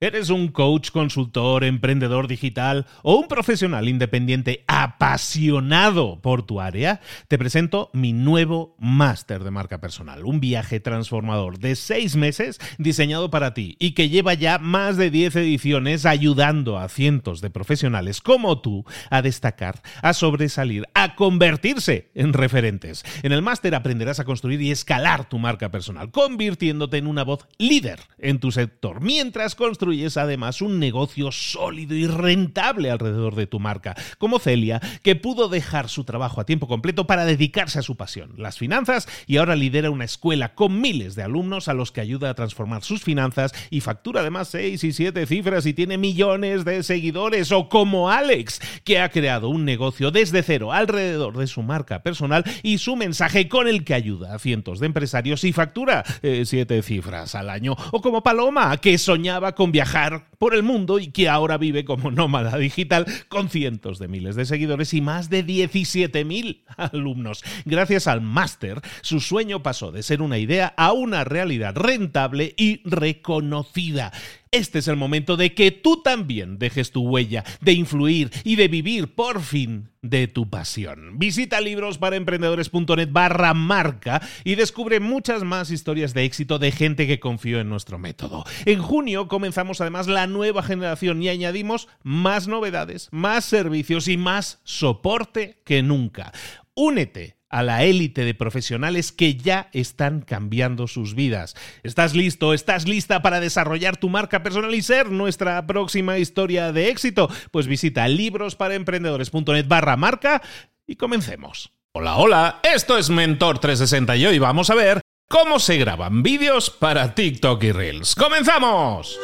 ¿Eres un coach, consultor, emprendedor digital o un profesional independiente apasionado por tu área? Te presento mi nuevo máster de marca personal, un viaje transformador de 6 meses diseñado para ti y que lleva ya más de 10 ediciones ayudando a cientos de profesionales como tú a destacar, a sobresalir, a convertirse en referentes. En el máster aprenderás a construir y escalar tu marca personal, convirtiéndote en una voz líder en tu sector, mientras construyes además un negocio sólido y rentable alrededor de tu marca, como Celia, que pudo dejar su trabajo a tiempo completo para dedicarse a su pasión, las finanzas, y ahora lidera una escuela con miles de alumnos a los que ayuda a transformar sus finanzas y factura además 6 y 7 cifras y tiene millones de seguidores. O como Alex, que ha creado un negocio desde cero alrededor de su marca personal y su mensaje, con el que ayuda a cientos de empresarios y factura 7 cifras al año. O como Paloma, que soñaba con viajar por el mundo y que ahora vive como nómada digital con cientos de miles de seguidores y más de 17.000 alumnos. Gracias al máster, su sueño pasó de ser una idea a una realidad rentable y reconocida. Este es el momento de que tú también dejes tu huella, de influir y de vivir por fin de tu pasión. Visita librosparaemprendedores.net/marca y descubre muchas más historias de éxito de gente que confió en nuestro método. En junio comenzamos además la nueva generación y añadimos más novedades, más servicios y más soporte que nunca. Únete a la élite de profesionales que ya están cambiando sus vidas. ¿Estás listo? ¿Estás lista para desarrollar tu marca personal y ser nuestra próxima historia de éxito? Pues visita librosparaemprendedores.net/marca y comencemos. Hola, esto es Mentor 360 y hoy vamos a ver cómo se graban vídeos para TikTok y Reels. ¡Comenzamos!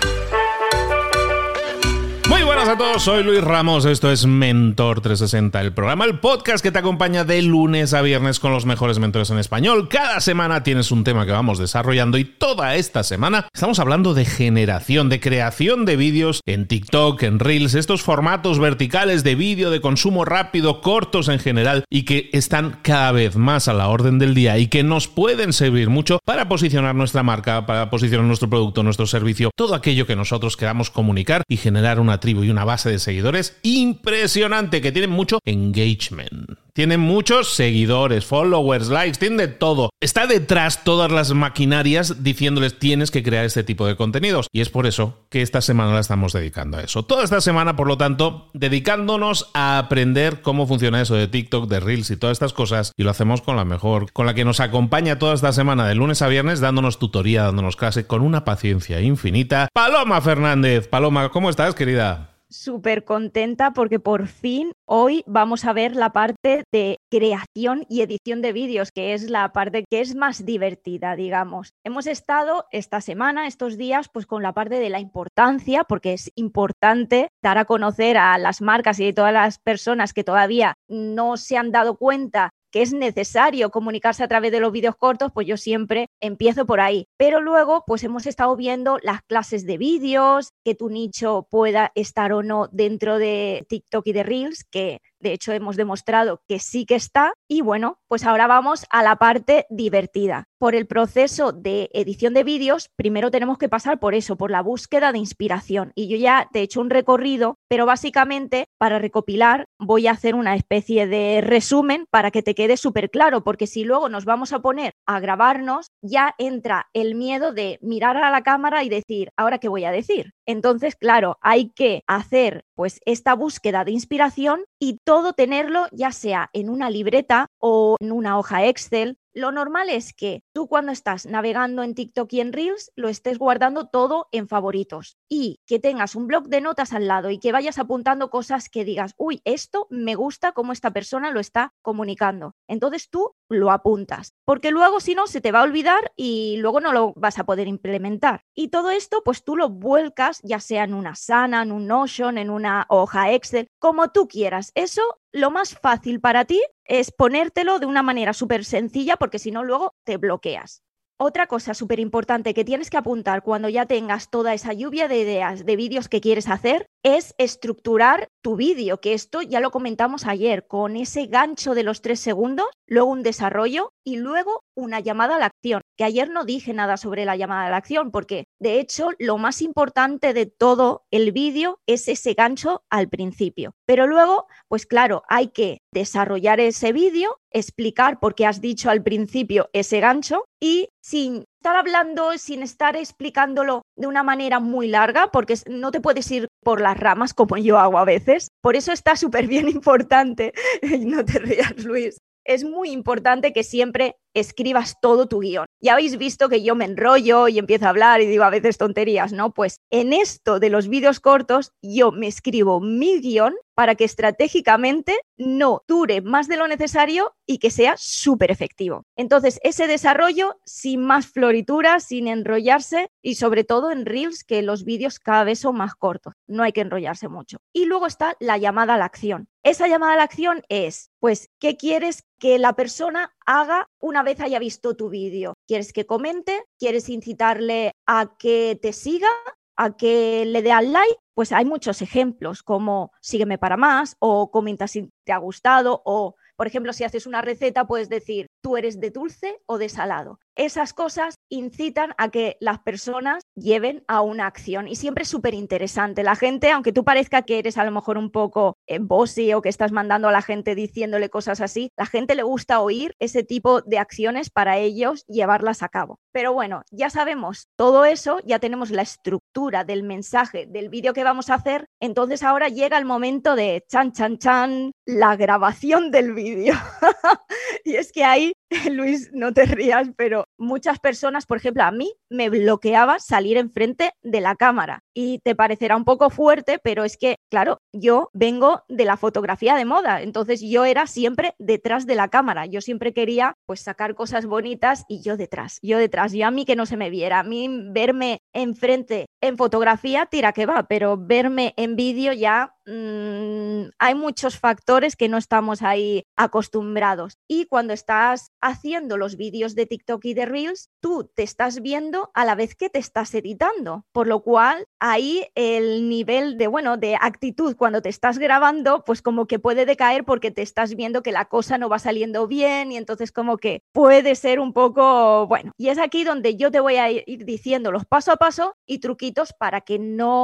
Muy buenas a todos, soy Luis Ramos, esto es Mentor 360, el programa, el podcast que te acompaña de lunes a viernes con los mejores mentores en español. Cada semana tienes un tema que vamos desarrollando y toda esta semana estamos hablando de generación, de creación de vídeos en TikTok, en Reels, estos formatos verticales de vídeo de consumo rápido, cortos en general y que están cada vez más a la orden del día y que nos pueden servir mucho para posicionar nuestra marca, para posicionar nuestro producto, nuestro servicio, todo aquello que nosotros queramos comunicar y generar una tribu y una base de seguidores impresionante, que tienen mucho engagement. Tienen muchos seguidores, followers, likes, tienen de todo. Está detrás todas las maquinarias diciéndoles tienes que crear este tipo de contenidos. Y es por eso que esta semana la estamos dedicando a eso. Toda esta semana, por lo tanto, dedicándonos a aprender cómo funciona eso de TikTok, de Reels y todas estas cosas. Y lo hacemos con la mejor, con la que nos acompaña toda esta semana de lunes a viernes, dándonos tutoría, dándonos clase con una paciencia infinita. Paloma Fernández. Paloma, ¿cómo estás, querida? Súper contenta porque por fin hoy vamos a ver la parte de creación y edición de vídeos, que es la parte que es más divertida, digamos. Hemos estado esta semana, estos días, pues con la parte de la importancia, porque es importante dar a conocer a las marcas y a todas las personas que todavía no se han dado cuenta que es necesario comunicarse a través de los vídeos cortos, pues yo siempre empiezo por ahí. Pero luego, pues hemos estado viendo las clases de vídeos, que tu nicho pueda estar o no dentro de TikTok y de Reels, que de hecho hemos demostrado que sí que está. Y bueno, pues ahora vamos a la parte divertida. Por el proceso de edición de vídeos, primero tenemos que pasar por eso, por la búsqueda de inspiración. Y yo ya te he hecho un recorrido, pero básicamente para recopilar voy a hacer una especie de resumen para que te quede súper claro, porque si luego nos vamos a poner a grabarnos, ya entra el miedo de mirar a la cámara y decir, ¿ahora qué voy a decir? Entonces, claro, hay que hacer pues esta búsqueda de inspiración y todo tenerlo ya sea en una libreta o en una hoja Excel. Lo normal es que tú cuando estás navegando en TikTok y en Reels lo estés guardando todo en favoritos y que tengas un bloc de notas al lado y que vayas apuntando cosas que digas, uy, esto me gusta cómo esta persona lo está comunicando. Entonces tú lo apuntas, porque luego si no se te va a olvidar y luego no lo vas a poder implementar. Y todo esto pues tú lo vuelcas ya sea en una Asana, en un Notion, en una hoja Excel, como tú quieras. Eso, lo más fácil para ti es ponértelo de una manera súper sencilla, porque si no luego te bloqueas. Otra cosa súper importante que tienes que apuntar cuando ya tengas toda esa lluvia de ideas de vídeos que quieres hacer es estructurar tu vídeo, que esto ya lo comentamos ayer, con ese gancho de los 3 segundos, luego un desarrollo y luego una llamada a la acción. que ayer no dije nada sobre la llamada a la acción, porque de hecho lo más importante de todo el vídeo es ese gancho al principio. Pero luego, pues claro, hay que desarrollar ese vídeo, explicar por qué has dicho al principio ese gancho y sin estar hablando, sin estar explicándolo de una manera muy larga, porque no te puedes ir por las ramas como yo hago a veces. Por eso está súper bien importante, no te rías, Luis, es muy importante que siempre escribas todo tu guión. Ya habéis visto que yo me enrollo y empiezo a hablar y digo a veces tonterías, ¿no? Pues en esto de los vídeos cortos yo me escribo mi guión para que estratégicamente no dure más de lo necesario y que sea súper efectivo. Entonces, ese desarrollo sin más florituras, sin enrollarse y sobre todo en Reels, que los vídeos cada vez son más cortos. No hay que enrollarse mucho. Y luego está la llamada a la acción. Esa llamada a la acción es, pues, ¿qué quieres que la persona haga una vez haya visto tu vídeo? ¿Quieres que comente? ¿Quieres incitarle a que te siga? ¿A que le dé al like? Pues hay muchos ejemplos como sígueme para más o comenta si te ha gustado o, por ejemplo, si haces una receta puedes decir tú eres de dulce o de salado. Esas cosas incitan a que las personas lleven a una acción y siempre es súper interesante. La gente, aunque tú parezca que eres a lo mejor un poco bossy o que estás mandando a la gente diciéndole cosas así, la gente le gusta oír ese tipo de acciones para ellos llevarlas a cabo. Pero bueno, ya sabemos todo eso, ya tenemos la estructura del mensaje del vídeo que vamos a hacer, entonces ahora llega el momento de chan, chan, chan, la grabación del vídeo. Y es que ahí, Luis, no te rías, pero muchas personas, por ejemplo, a mí me bloqueaba salir enfrente de la cámara. Y te parecerá un poco fuerte, pero es que, claro, yo vengo de la fotografía de moda, entonces yo era siempre detrás de la cámara. Yo siempre quería, pues, sacar cosas bonitas y yo detrás. Yo a mí que no se me viera. A mí verme enfrente en fotografía, tira que va, pero verme en vídeo ya hay muchos factores que no estamos ahí acostumbrados. Y cuando estás haciendo los vídeos de TikTok y de Reels, tú te estás viendo a la vez que te estás editando, por lo cual ahí el nivel de actitud cuando te estás grabando, pues como que puede decaer porque te estás viendo que la cosa no va saliendo bien y entonces como que puede ser un poco, bueno, y es aquí donde yo te voy a ir diciendo los paso a paso y truquitos para que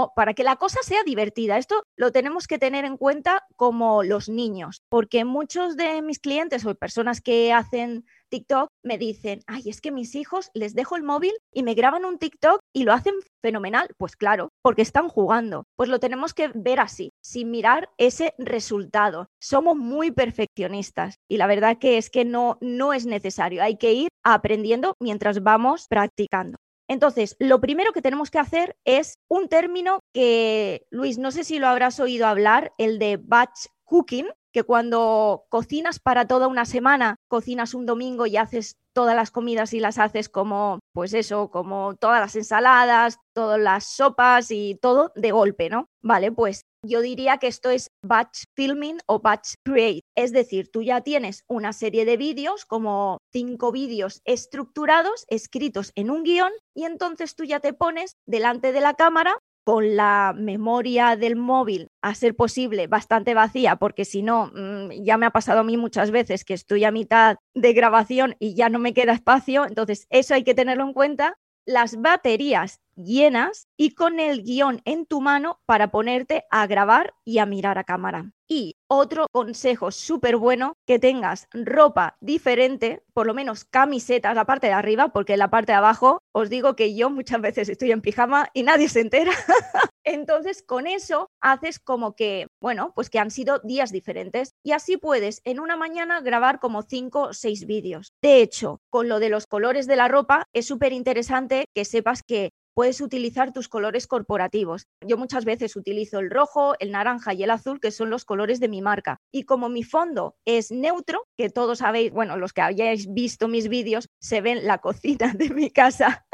la cosa sea divertida. Esto lo tenemos que tener en cuenta como los niños, porque muchos de mis clientes o personas que hacen TikTok me dicen, ay, es que mis hijos les dejo el móvil y me graban un TikTok y lo hacen fenomenal. Pues claro, porque están jugando. Pues lo tenemos que ver así, sin mirar ese resultado. Somos muy perfeccionistas y la verdad que es que no es necesario. Hay que ir aprendiendo mientras vamos practicando. Entonces, lo primero que tenemos que hacer es un término que, Luis, no sé si lo habrás oído hablar, el de batch cooking, que cuando cocinas para toda una semana, cocinas un domingo y haces todas las comidas y las haces como, pues eso, como todas las ensaladas, todas las sopas y todo de golpe, ¿no? Vale, pues yo diría que esto es batch filming o batch create. Es decir, tú ya tienes una serie de vídeos, como 5 vídeos estructurados, escritos en un guión, y entonces tú ya te pones delante de la cámara con la memoria del móvil, a ser posible, bastante vacía, porque si no, ya me ha pasado a mí muchas veces que estoy a mitad de grabación y ya no me queda espacio, entonces eso hay que tenerlo en cuenta. Las baterías llenas y con el guión en tu mano para ponerte a grabar y a mirar a cámara. Y otro consejo súper bueno, que tengas ropa diferente, por lo menos camisetas, la parte de arriba, porque en la parte de abajo os digo que yo muchas veces estoy en pijama y nadie se entera. Entonces con eso haces como que, bueno, pues que han sido días diferentes y así puedes en una mañana grabar como 5 o 6 vídeos. De hecho, con lo de los colores de la ropa es súper interesante que sepas que puedes utilizar tus colores corporativos. Yo muchas veces utilizo el rojo, el naranja y el azul, que son los colores de mi marca. Y como mi fondo es neutro, que todos sabéis, bueno, los que hayáis visto mis vídeos, se ven la cocina de mi casa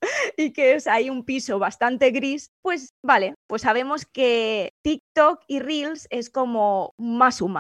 y que es ahí un piso bastante gris, pues vale, pues sabemos que TikTok y Reels es como más humano.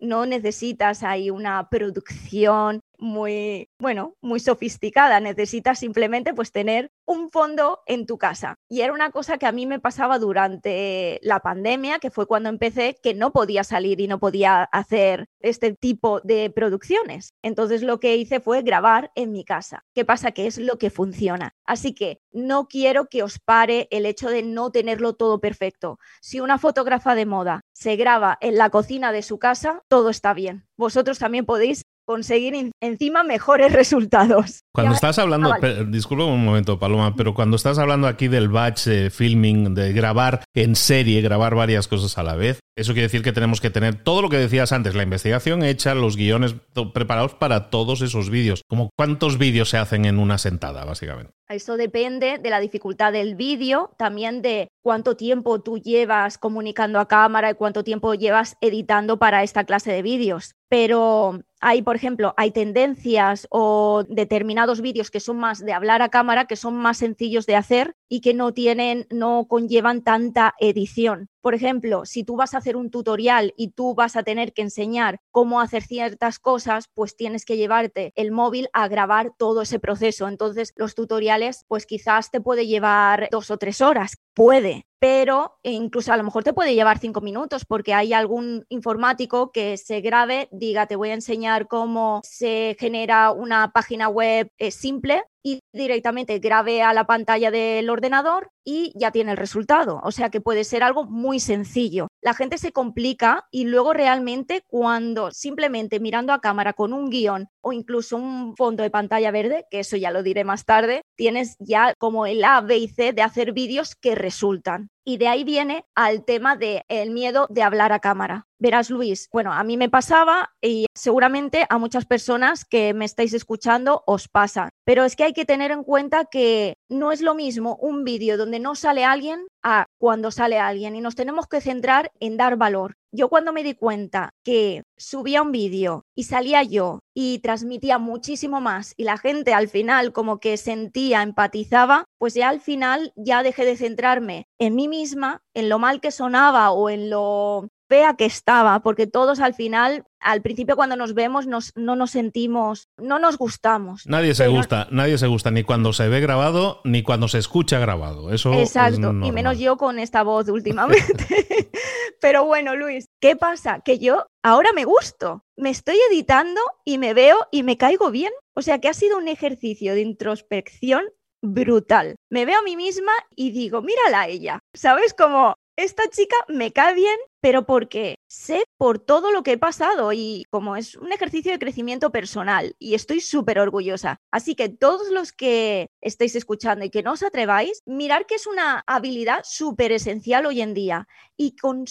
no necesitas ahí una producción muy sofisticada, necesitas simplemente pues tener un fondo en tu casa. Y era una cosa que a mí me pasaba durante la pandemia, que fue cuando empecé, que no podía salir y no podía hacer este tipo de producciones. Entonces lo que hice fue grabar en mi casa. ¿Qué pasa? Que es lo que funciona. Así que no quiero que os pare el hecho de no tenerlo todo perfecto. Si una fotógrafa de moda se graba en la cocina de su casa, todo está bien. Vosotros también podéis conseguir encima mejores resultados. Cuando estás hablando, vale. disculpa un momento, Paloma, pero cuando estás hablando aquí del batch filming, de grabar en serie, grabar varias cosas a la vez, eso quiere decir que tenemos que tener todo lo que decías antes, la investigación hecha, los guiones preparados para todos esos vídeos. ¿Cómo cuántos vídeos se hacen en una sentada, básicamente? Eso depende de la dificultad del vídeo, también de cuánto tiempo tú llevas comunicando a cámara y cuánto tiempo llevas editando para esta clase de vídeos. Pero por ejemplo, hay tendencias o determinados vídeos que son más de hablar a cámara, que son más sencillos de hacer y que no conllevan tanta edición. Por ejemplo, si tú vas a hacer un tutorial y tú vas a tener que enseñar cómo hacer ciertas cosas, pues tienes que llevarte el móvil a grabar todo ese proceso. Entonces, los tutoriales, pues quizás te puede llevar 2 o 3 horas. Puede, pero incluso a lo mejor te puede llevar 5 minutos porque hay algún informático que se grabe, diga, te voy a enseñar cómo se genera una página web simple y directamente grabe a la pantalla del ordenador y ya tiene el resultado. O sea que puede ser algo muy sencillo. La gente se complica y luego realmente cuando simplemente mirando a cámara con un guión o incluso un fondo de pantalla verde, que eso ya lo diré más tarde, tienes ya como el A, B y C de hacer vídeos que resultan. Y de ahí viene al tema del miedo de hablar a cámara. Verás, Luis, bueno, a mí me pasaba y seguramente a muchas personas que me estáis escuchando os pasa. Pero es que hay que tener en cuenta que no es lo mismo un vídeo donde no sale alguien a cuando sale alguien y nos tenemos que centrar en dar valor. Yo cuando me di cuenta que subía un vídeo y salía yo y transmitía muchísimo más y la gente al final como que sentía, empatizaba, pues ya al final ya dejé de centrarme en mí misma, en lo mal que sonaba o en lo fea que estaba, porque todos al final, al principio cuando nos vemos no nos sentimos, no nos gustamos. Nadie se gusta ni cuando se ve grabado ni cuando se escucha grabado. Eso exacto, es normal. Y menos yo con esta voz últimamente. Pero bueno, Luis, ¿qué pasa? Que yo ahora me gusto, me estoy editando y me veo y me caigo bien. O sea que ha sido un ejercicio de introspección brutal. Me veo a mí misma y digo, mírala a ella, ¿sabes? Como esta chica me cae bien, pero porque sé por todo lo que he pasado y como es un ejercicio de crecimiento personal y estoy súper orgullosa. Así que todos los que estáis escuchando y que no os atreváis, mirar que es una habilidad súper esencial hoy en día y con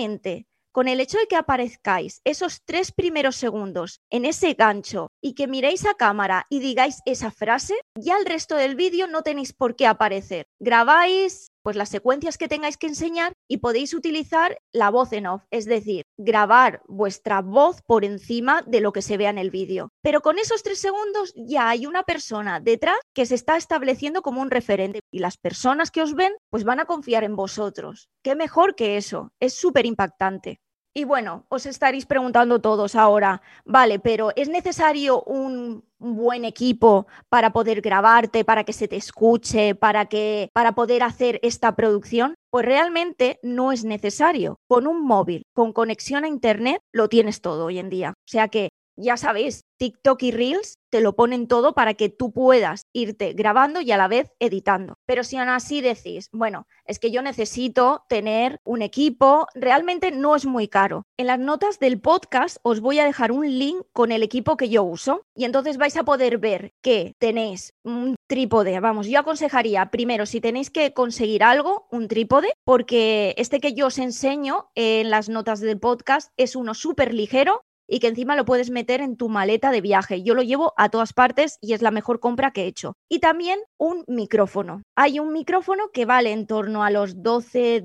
el hecho de que aparezcáis esos 3 primeros segundos en ese gancho y que miréis a cámara y digáis esa frase, ya el resto del vídeo no tenéis por qué aparecer. Grabáis pues las secuencias que tengáis que enseñar y podéis utilizar la voz en off, es decir, grabar vuestra voz por encima de lo que se vea en el vídeo. Pero con esos 3 segundos ya hay una persona detrás que se está estableciendo como un referente y las personas que os ven pues van a confiar en vosotros. ¿Qué mejor que eso? Es súper impactante. Y bueno, os estaréis preguntando todos ahora, vale, pero ¿es necesario un buen equipo para poder grabarte, para que se te escuche, para poder hacer esta producción? Pues realmente no es necesario. Con un móvil, con conexión a internet, lo tienes todo hoy en día. O sea que ya sabéis, TikTok y Reels te lo ponen todo para que tú puedas irte grabando y a la vez editando. Pero si aún así decís, bueno, es que yo necesito tener un equipo, realmente no es muy caro. En las notas del podcast os voy a dejar un link con el equipo que yo uso y entonces vais a poder ver que tenéis un trípode. Vamos, yo aconsejaría primero, si tenéis que conseguir algo, un trípode, porque este que yo os enseño en las notas del podcast es uno súper ligero y que encima lo puedes meter en tu maleta de viaje. Yo lo llevo a todas partes y es la mejor compra que he hecho. Y también un micrófono. Hay un micrófono que vale en torno a los $12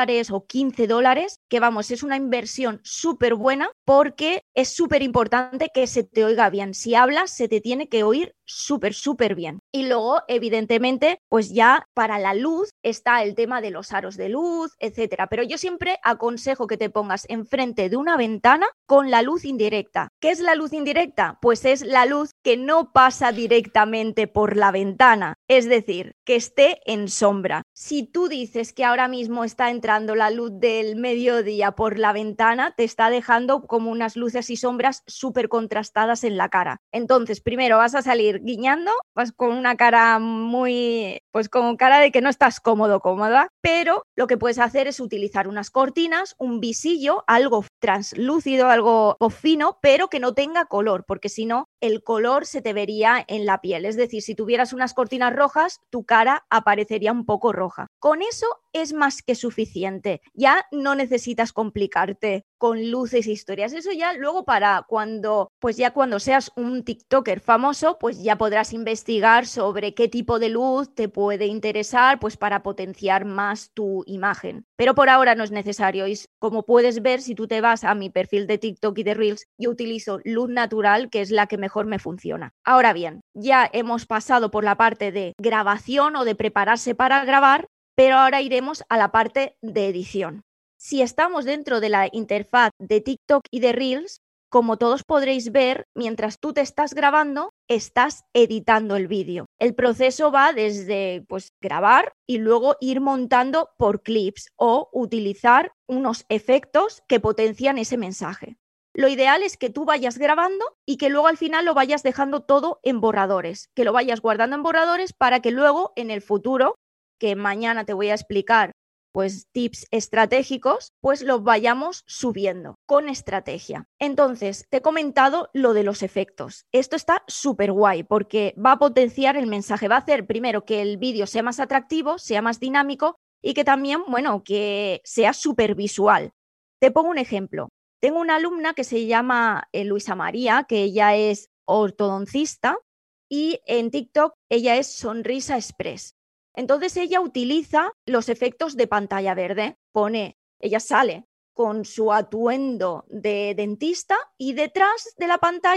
o $15, que vamos, es una inversión súper buena porque es súper importante que se te oiga bien. Si hablas, se te tiene que oír súper, súper bien. Y luego, evidentemente, pues ya para la luz está el tema de los aros de luz, etcétera. Pero yo siempre aconsejo que te pongas enfrente de una ventana con la luz indirecta. ¿Qué es la luz indirecta? Pues es la luz que no pasa directamente por la ventana, es decir, que esté en sombra. Si tú dices que ahora mismo está entrando la luz del mediodía por la ventana, te está dejando como unas luces y sombras súper contrastadas en la cara. Entonces, primero vas a salir guiñando, vas con una cara muy, pues con cara de que no estás cómodo, cómoda, pero lo que puedes hacer es utilizar unas cortinas, un visillo, algo translúcido, algo fino, pero que no tenga color, porque si no, el color se te vería en la piel. Es decir, si tuvieras unas cortinas rojas, tu cara aparecería un poco roja. Con eso es más que suficiente. Ya no necesitas complicarte con luces e historias. Eso ya luego para cuando, pues ya cuando seas un TikToker famoso, pues ya podrás investigar sobre qué tipo de luz te puede interesar, pues para potenciar más tu imagen. Pero por ahora no es necesario. Y como puedes ver, si tú te vas a mi perfil de TikTok y de Reels, yo utilizo luz natural, que es la que mejor me funciona. Ahora bien, ya hemos pasado por la parte de grabación o de prepararse para grabar, pero ahora iremos a la parte de edición. Si estamos dentro de la interfaz de TikTok y de Reels, como todos podréis ver, mientras tú te estás grabando, estás editando el vídeo. El proceso va desde pues, grabar y luego ir montando por clips o utilizar unos efectos que potencian ese mensaje. Lo ideal es que tú vayas grabando y que luego al final lo vayas dejando todo en borradores, que lo vayas guardando en borradores para que luego en el futuro, que mañana te voy a explicar pues tips estratégicos, pues los vayamos subiendo con estrategia. Entonces, te he comentado lo de los efectos. Esto está súper guay porque va a potenciar el mensaje, va a hacer primero que el vídeo sea más atractivo, sea más dinámico y que también, bueno, que sea súper visual. Te pongo un ejemplo. Tengo una alumna que se llama Luisa María, que ella es ortodoncista y en TikTok ella es Sonrisa Express. Entonces ella utiliza los efectos de pantalla verde. Ella sale con su atuendo de dentista y detrás de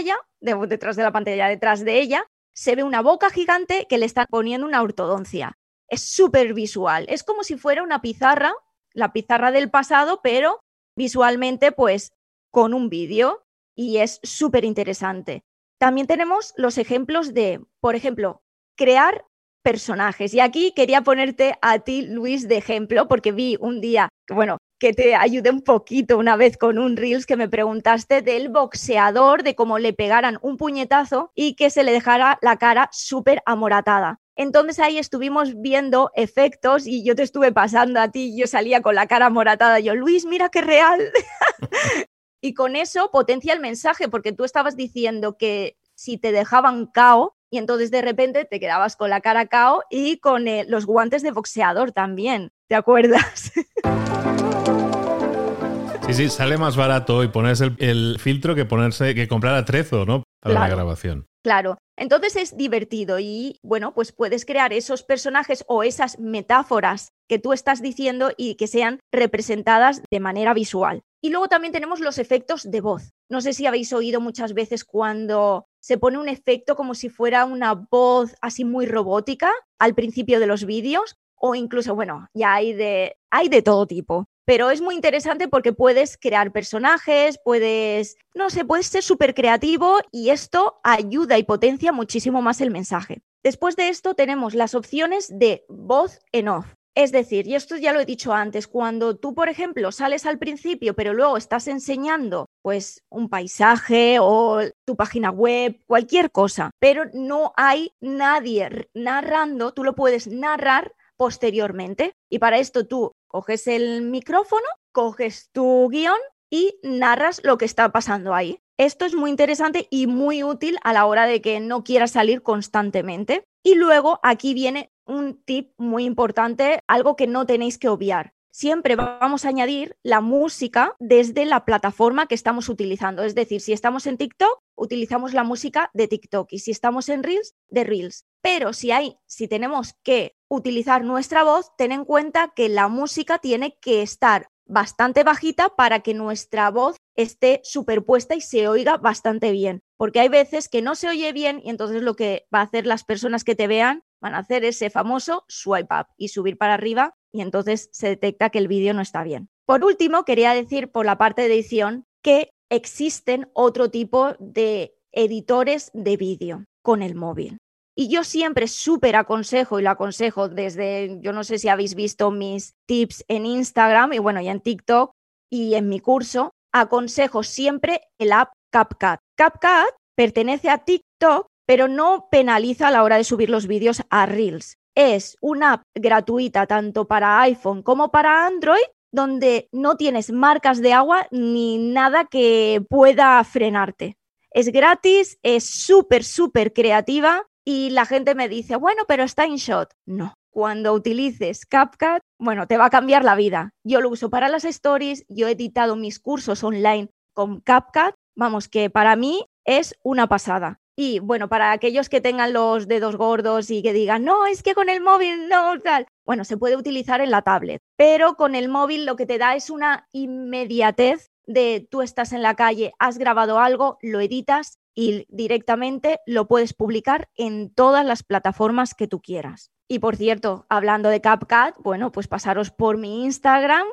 ella, se ve una boca gigante que le están poniendo una ortodoncia. Es súper visual. Es como si fuera una pizarra, la pizarra del pasado, pero visualmente pues con un vídeo y es súper interesante. También tenemos los ejemplos de, por ejemplo, crear personajes. Y aquí quería ponerte a ti, Luis, de ejemplo, porque vi un día, que te ayudé un poquito una vez con un Reels que me preguntaste del boxeador, de cómo le pegaran un puñetazo y que se le dejara la cara súper amoratada. Entonces ahí estuvimos viendo efectos y yo te estuve pasando a ti, yo salía con la cara amoratada, yo, Luis, mira qué real. Y con eso potencia el mensaje, porque tú estabas diciendo que si te dejaban KO, y entonces de repente te quedabas con la cara KO y con los guantes de boxeador también, ¿te acuerdas? Sí, sale más barato y ponerse el filtro que comprar atrezo, ¿no? Para la grabación. Claro, entonces es divertido y bueno, pues puedes crear esos personajes o esas metáforas que tú estás diciendo y que sean representadas de manera visual. Y luego también tenemos los efectos de voz. No sé si habéis oído muchas veces cuando se pone un efecto como si fuera una voz así muy robótica al principio de los vídeos o incluso, ya hay de todo tipo. Pero es muy interesante porque puedes crear personajes, puedes ser súper creativo y esto ayuda y potencia muchísimo más el mensaje. Después de esto tenemos las opciones de voz en off. Es decir, y esto ya lo he dicho antes, cuando tú, por ejemplo, sales al principio, pero luego estás enseñando pues un paisaje o tu página web, cualquier cosa, pero no hay nadie narrando, tú lo puedes narrar posteriormente. Y para esto tú coges el micrófono, coges tu guión y narras lo que está pasando ahí. Esto es muy interesante y muy útil a la hora de que no quieras salir constantemente. Y luego aquí viene un tip muy importante, algo que no tenéis que obviar. Siempre vamos a añadir la música desde la plataforma que estamos utilizando. Es decir, si estamos en TikTok, utilizamos la música de TikTok y si estamos en Reels, de Reels. Pero si tenemos que utilizar nuestra voz, ten en cuenta que la música tiene que estar bastante bajita para que nuestra voz esté superpuesta y se oiga bastante bien. Porque hay veces que no se oye bien y entonces lo que va a hacer las personas que te vean van a hacer ese famoso swipe up y subir para arriba y entonces se detecta que el vídeo no está bien. Por último, quería decir por la parte de edición que existen otro tipo de editores de vídeo con el móvil. Y yo siempre súper aconsejo, y lo aconsejo desde, yo no sé si habéis visto mis tips en Instagram y bueno, y en TikTok y en mi curso, aconsejo siempre el app CapCut. CapCut pertenece a TikTok, pero no penaliza a la hora de subir los vídeos a Reels. Es una app gratuita tanto para iPhone como para Android, donde no tienes marcas de agua ni nada que pueda frenarte. Es gratis, es súper creativa y la gente me dice, bueno, pero está InShot. No, cuando utilices CapCut, bueno, te va a cambiar la vida. Yo lo uso para las stories, yo he editado mis cursos online con CapCut, vamos, que para mí es una pasada. Y bueno, para aquellos que tengan los dedos gordos y que digan, no, es que con el móvil no, tal. Bueno, se puede utilizar en la tablet, pero con el móvil lo que te da es una inmediatez de tú estás en la calle, has grabado algo, lo editas y directamente lo puedes publicar en todas las plataformas que tú quieras. Y por cierto, hablando de CapCut, bueno, pues pasaros por mi Instagram,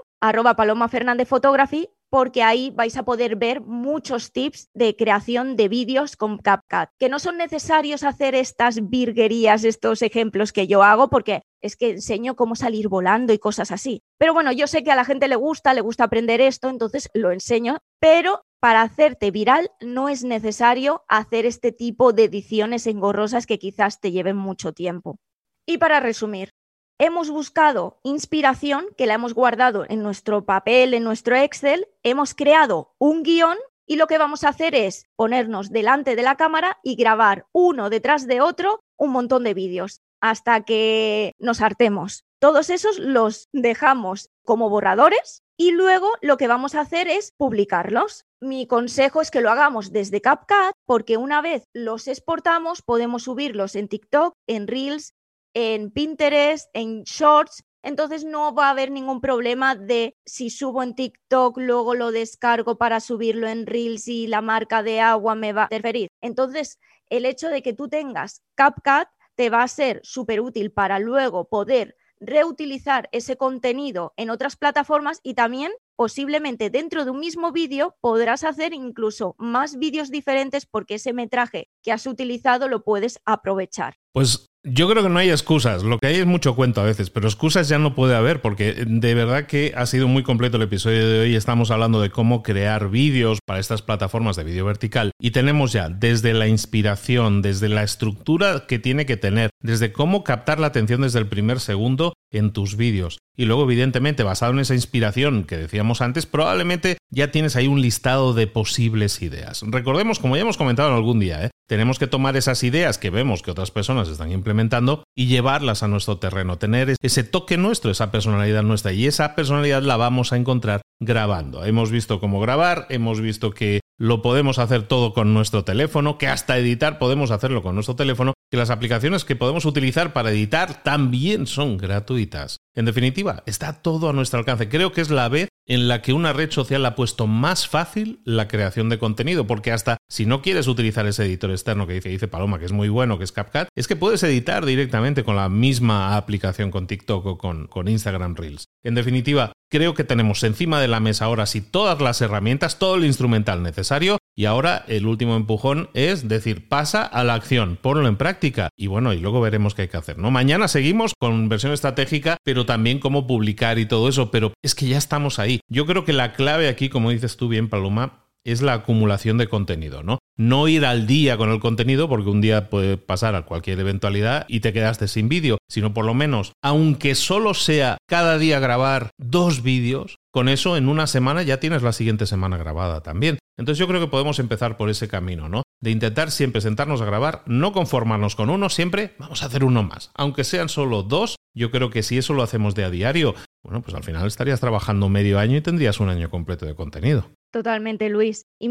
@PalomaFernandezPhotography, porque ahí vais a poder ver muchos tips de creación de vídeos con CapCut, que no son necesarios hacer estas virguerías, estos ejemplos que yo hago, porque es que enseño cómo salir volando y cosas así. Pero bueno, yo sé que a la gente le gusta aprender esto, entonces lo enseño, pero para hacerte viral no es necesario hacer este tipo de ediciones engorrosas que quizás te lleven mucho tiempo. Y para resumir, hemos buscado inspiración, que la hemos guardado en nuestro papel, en nuestro Excel, hemos creado un guión y lo que vamos a hacer es ponernos delante de la cámara y grabar uno detrás de otro un montón de vídeos hasta que nos hartemos. Todos esos los dejamos como borradores y luego lo que vamos a hacer es publicarlos. Mi consejo es que lo hagamos desde CapCut porque una vez los exportamos podemos subirlos en TikTok, en Reels, en Pinterest, en Shorts, entonces no va a haber ningún problema de si subo en TikTok, luego lo descargo para subirlo en Reels y la marca de agua me va a interferir. Entonces, el hecho de que tú tengas CapCut te va a ser súper útil para luego poder reutilizar ese contenido en otras plataformas y también posiblemente dentro de un mismo vídeo podrás hacer incluso más vídeos diferentes porque ese metraje que has utilizado lo puedes aprovechar. Pues yo creo que no hay excusas, lo que hay es mucho cuento a veces, pero excusas ya no puede haber porque de verdad que ha sido muy completo el episodio de hoy. Estamos hablando de cómo crear vídeos para estas plataformas de vídeo vertical y tenemos ya desde la inspiración, desde la estructura que tiene que tener, desde cómo captar la atención desde el primer segundo en tus vídeos. Y luego, evidentemente, basado en esa inspiración que decíamos antes, probablemente ya tienes ahí un listado de posibles ideas. Recordemos, como ya hemos comentado en algún día, tenemos que tomar esas ideas que vemos que otras personas están implementando y llevarlas a nuestro terreno, tener ese toque nuestro, esa personalidad nuestra, y esa personalidad la vamos a encontrar grabando. Hemos visto cómo grabar, hemos visto que lo podemos hacer todo con nuestro teléfono, que hasta editar podemos hacerlo con nuestro teléfono, que las aplicaciones que podemos utilizar para editar también son gratuitas. En definitiva, está todo a nuestro alcance. Creo que es la vez en la que una red social ha puesto más fácil la creación de contenido, porque hasta si no quieres utilizar ese editor externo que dice Paloma, que es muy bueno, que es CapCut, es que puedes editar directamente con la misma aplicación con TikTok o con Instagram Reels. En definitiva, creo que tenemos encima de la mesa ahora sí todas las herramientas, todo el instrumental necesario, y ahora el último empujón es decir, pasa a la acción, ponlo en práctica y bueno, y luego veremos qué hay que hacer, ¿no? Mañana seguimos con versión estratégica, pero también cómo publicar y todo eso, pero es que ya estamos ahí. Yo creo que la clave aquí, como dices tú bien, Paloma, es la acumulación de contenido, ¿no? No ir al día con el contenido, porque un día puede pasar a cualquier eventualidad y te quedaste sin vídeo, sino por lo menos, aunque solo sea cada día grabar 2 vídeos, con eso en una semana ya tienes la siguiente semana grabada también. Entonces yo creo que podemos empezar por ese camino, ¿no? De intentar siempre sentarnos a grabar, no conformarnos con uno, siempre vamos a hacer uno más. Aunque sean solo 2, yo creo que si eso lo hacemos de a diario, bueno, pues al final estarías trabajando medio año y tendrías un año completo de contenido. Totalmente, Luis. Y mira,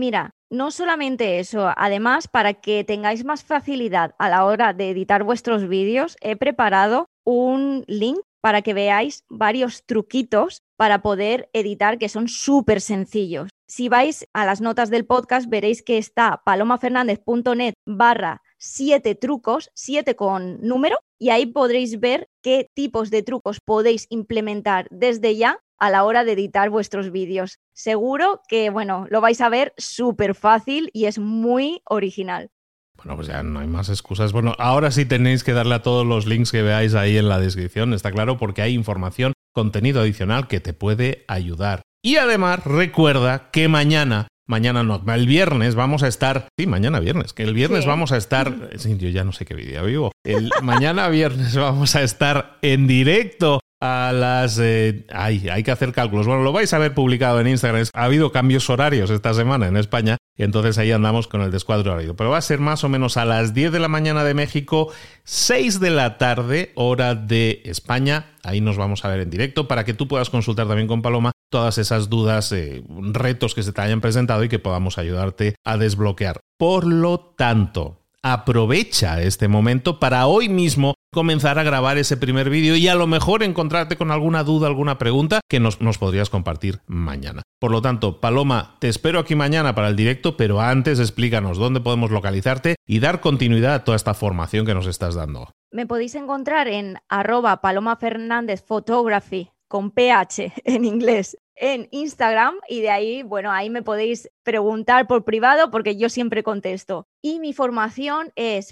No solamente eso, además, para que tengáis más facilidad a la hora de editar vuestros vídeos, he preparado un link para que veáis varios truquitos para poder editar que son súper sencillos. Si vais a las notas del podcast, veréis que está palomafernandez.net/7 trucos, 7 con número, y ahí podréis ver qué tipos de trucos podéis implementar desde ya a la hora de editar vuestros vídeos. Seguro que, lo vais a ver súper fácil y es muy original. Bueno, pues ya no hay más excusas. Bueno, ahora sí tenéis que darle a todos los links que veáis ahí en la descripción, está claro, porque hay información, contenido adicional que te puede ayudar. Y además, recuerda que mañana no, el viernes vamos a estar... Sí, mañana viernes, que el viernes vamos a estar... Sí, yo ya no sé qué día vivo. Mañana viernes vamos a estar en directo a las... hay que hacer cálculos. Bueno, lo vais a ver publicado en Instagram. Ha habido cambios horarios esta semana en España y entonces ahí andamos con el descuadro horario. Pero va a ser más o menos a las 10 de la mañana de México, 6 de la tarde, hora de España. Ahí nos vamos a ver en directo para que tú puedas consultar también con Paloma todas esas dudas, retos que se te hayan presentado y que podamos ayudarte a desbloquear. Por lo tanto, aprovecha este momento para hoy mismo comenzar a grabar ese primer vídeo y a lo mejor encontrarte con alguna duda, alguna pregunta que nos podrías compartir mañana. Por lo tanto, Paloma, te espero aquí mañana para el directo, pero antes explícanos dónde podemos localizarte y dar continuidad a toda esta formación que nos estás dando. Me podéis encontrar en @palomafernandezphotography con PH en inglés en Instagram y de ahí, ahí me podéis preguntar por privado porque yo siempre contesto. Y mi formación es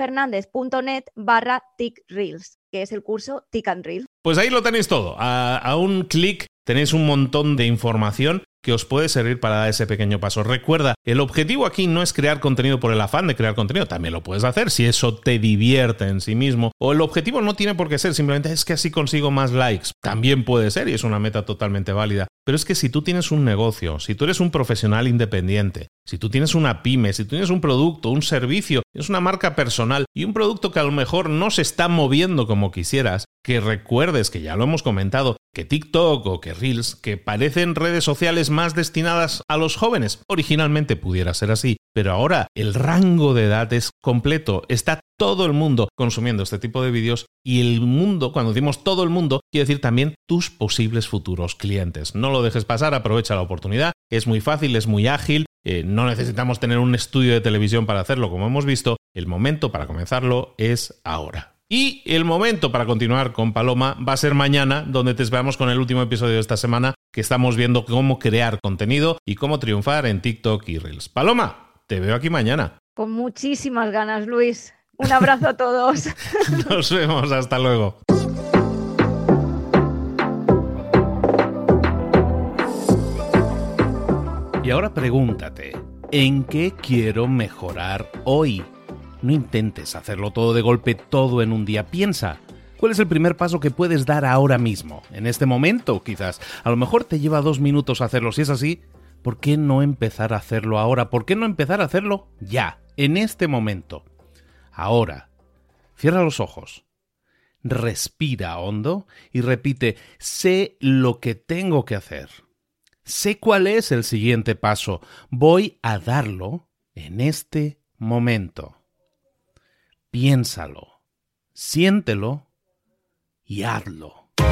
palomafernandez.net/TicReels, que es el curso Tic and Reel. Pues ahí lo tenéis todo. A un clic tenéis un montón de información que os puede servir para dar ese pequeño paso. Recuerda, el objetivo aquí no es crear contenido por el afán de crear contenido, también lo puedes hacer si eso te divierte en sí mismo, o el objetivo no tiene por qué ser simplemente es que así consigo más likes, también puede ser y es una meta totalmente válida, pero es que si tú tienes un negocio, si tú eres un profesional independiente, si tú tienes una pyme, si tú tienes un producto, un servicio, es una marca personal y un producto que a lo mejor no se está moviendo como quisieras, que recuerdes que ya lo hemos comentado, que TikTok o que Reels, que parecen redes sociales más destinadas a los jóvenes, originalmente pudiera ser así, pero ahora el rango de edad es completo, está todo el mundo consumiendo este tipo de vídeos y el mundo, cuando decimos todo el mundo, quiere decir también tus posibles futuros clientes. No lo dejes pasar, aprovecha la oportunidad, es muy fácil, es muy ágil, no necesitamos tener un estudio de televisión para hacerlo como hemos visto, el momento para comenzarlo es ahora. Y el momento para continuar con Paloma va a ser mañana, donde te esperamos con el último episodio de esta semana, que estamos viendo cómo crear contenido y cómo triunfar en TikTok y Reels. Paloma, te veo aquí mañana. Con muchísimas ganas, Luis. Un abrazo a todos. Nos vemos, hasta luego. Y ahora pregúntate, ¿en qué quiero mejorar hoy? No intentes hacerlo todo de golpe, todo en un día. Piensa, ¿cuál es el primer paso que puedes dar ahora mismo? En este momento, quizás. A lo mejor te lleva 2 minutos hacerlo. Si es así, ¿por qué no empezar a hacerlo ahora? ¿Por qué no empezar a hacerlo ya, en este momento? Ahora, cierra los ojos, respira hondo y repite, sé lo que tengo que hacer. Sé cuál es el siguiente paso. Voy a darlo en este momento. Piénsalo, siéntelo y hazlo.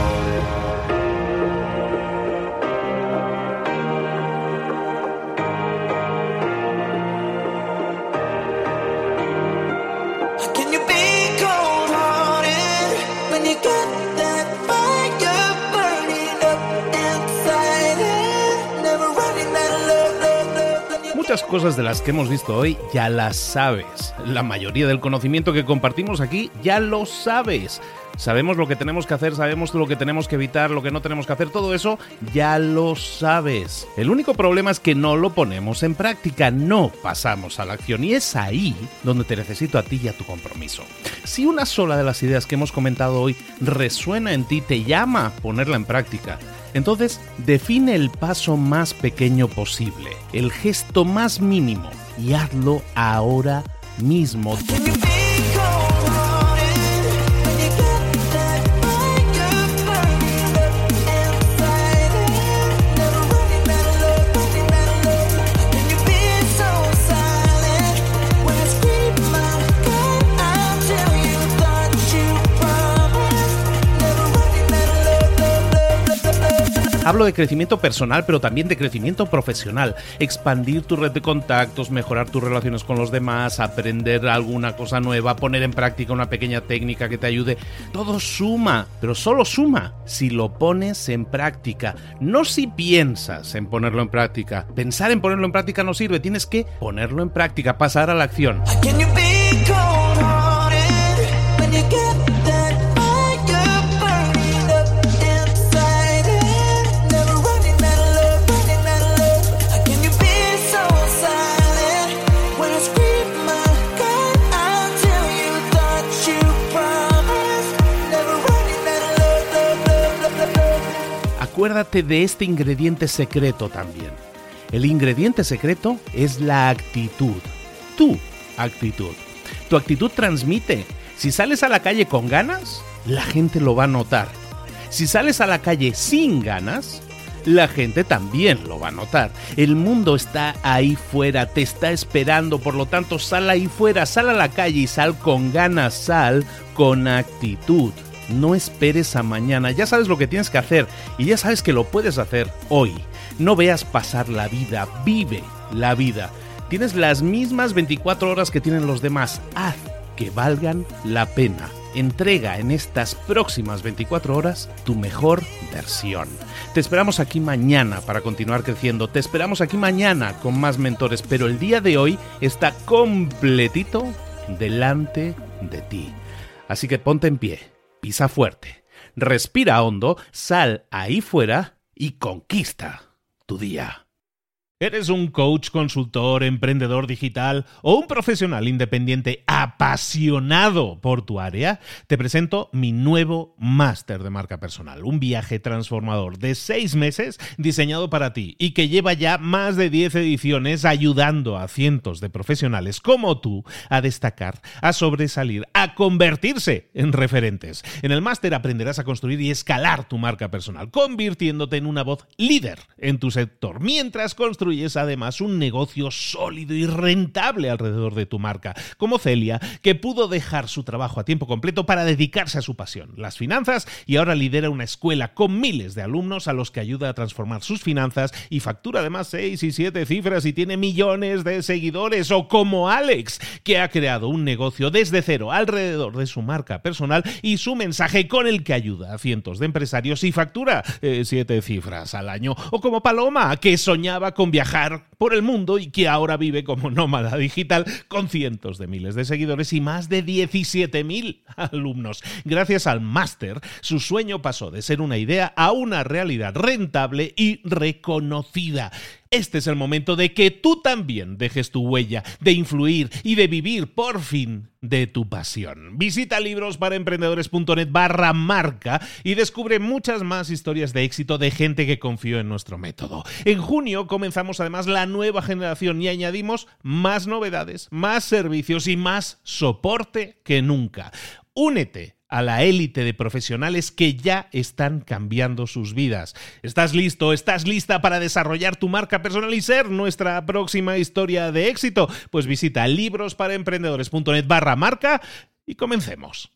Muchas cosas de las que hemos visto hoy ya las sabes. La mayoría del conocimiento que compartimos aquí ya lo sabes. Sabemos lo que tenemos que hacer, sabemos lo que tenemos que evitar, lo que no tenemos que hacer, todo eso ya lo sabes. El único problema es que no lo ponemos en práctica, no pasamos a la acción y es ahí donde te necesito a ti y a tu compromiso. Si una sola de las ideas que hemos comentado hoy resuena en ti, te llama a ponerla en práctica, entonces define el paso más pequeño posible, el gesto más mínimo y hazlo ahora mismo. Hablo de crecimiento personal, pero también de crecimiento profesional. Expandir tu red de contactos, mejorar tus relaciones con los demás, aprender alguna cosa nueva, poner en práctica una pequeña técnica que te ayude. Todo suma, pero solo suma si lo pones en práctica. No si piensas en ponerlo en práctica. Pensar en ponerlo en práctica no sirve. Tienes que ponerlo en práctica, pasar a la acción. Acuérdate de este ingrediente secreto también. El ingrediente secreto es la actitud. Tu actitud. Tu actitud transmite. Si sales a la calle con ganas, la gente lo va a notar. Si sales a la calle sin ganas, la gente también lo va a notar. El mundo está ahí fuera, te está esperando, por lo tanto sal ahí fuera, sal a la calle y sal con ganas, sal con actitud. No esperes a mañana, ya sabes lo que tienes que hacer y ya sabes que lo puedes hacer hoy. No veas pasar la vida, vive la vida. Tienes las mismas 24 horas que tienen los demás, haz que valgan la pena. Entrega en estas próximas 24 horas tu mejor versión. Te esperamos aquí mañana para continuar creciendo, te esperamos aquí mañana con más mentores, pero el día de hoy está completito delante de ti. Así que ponte en pie. Pisa fuerte, respira hondo, sal ahí fuera y conquista tu día. ¿Eres un coach, consultor, emprendedor digital o un profesional independiente apasionado por tu área? Te presento mi nuevo máster de marca personal, un viaje transformador de 6 meses diseñado para ti y que lleva ya más de 10 ediciones ayudando a cientos de profesionales como tú a destacar, a sobresalir, a convertirse en referentes. En el máster aprenderás a construir y escalar tu marca personal, convirtiéndote en una voz líder en tu sector, mientras construyes además un negocio sólido y rentable alrededor de tu marca, como Celia, que pudo dejar su trabajo a tiempo completo para dedicarse a su pasión, las finanzas, y ahora lidera una escuela con miles de alumnos a los que ayuda a transformar sus finanzas y factura además 6 y 7 cifras y tiene millones de seguidores, o como Alex, que ha creado un negocio desde cero alrededor de su marca personal y su mensaje con el que ayuda a cientos de empresarios y factura 7 cifras al año, o como Paloma, que soñaba con viajar por el mundo y que ahora vive como nómada digital con cientos de miles de seguidores y más de 17.000 alumnos. Gracias al máster, su sueño pasó de ser una idea a una realidad rentable y reconocida. Este es el momento de que tú también dejes tu huella, de influir y de vivir por fin de tu pasión. Visita librosparaemprendedores.net/marca y descubre muchas más historias de éxito de gente que confió en nuestro método. En junio comenzamos además la nueva generación y añadimos más novedades, más servicios y más soporte que nunca. Únete a la élite de profesionales que ya están cambiando sus vidas. ¿Estás listo? ¿Estás lista para desarrollar tu marca personal y ser nuestra próxima historia de éxito? Pues visita librosparaemprendedores.net/marca y comencemos.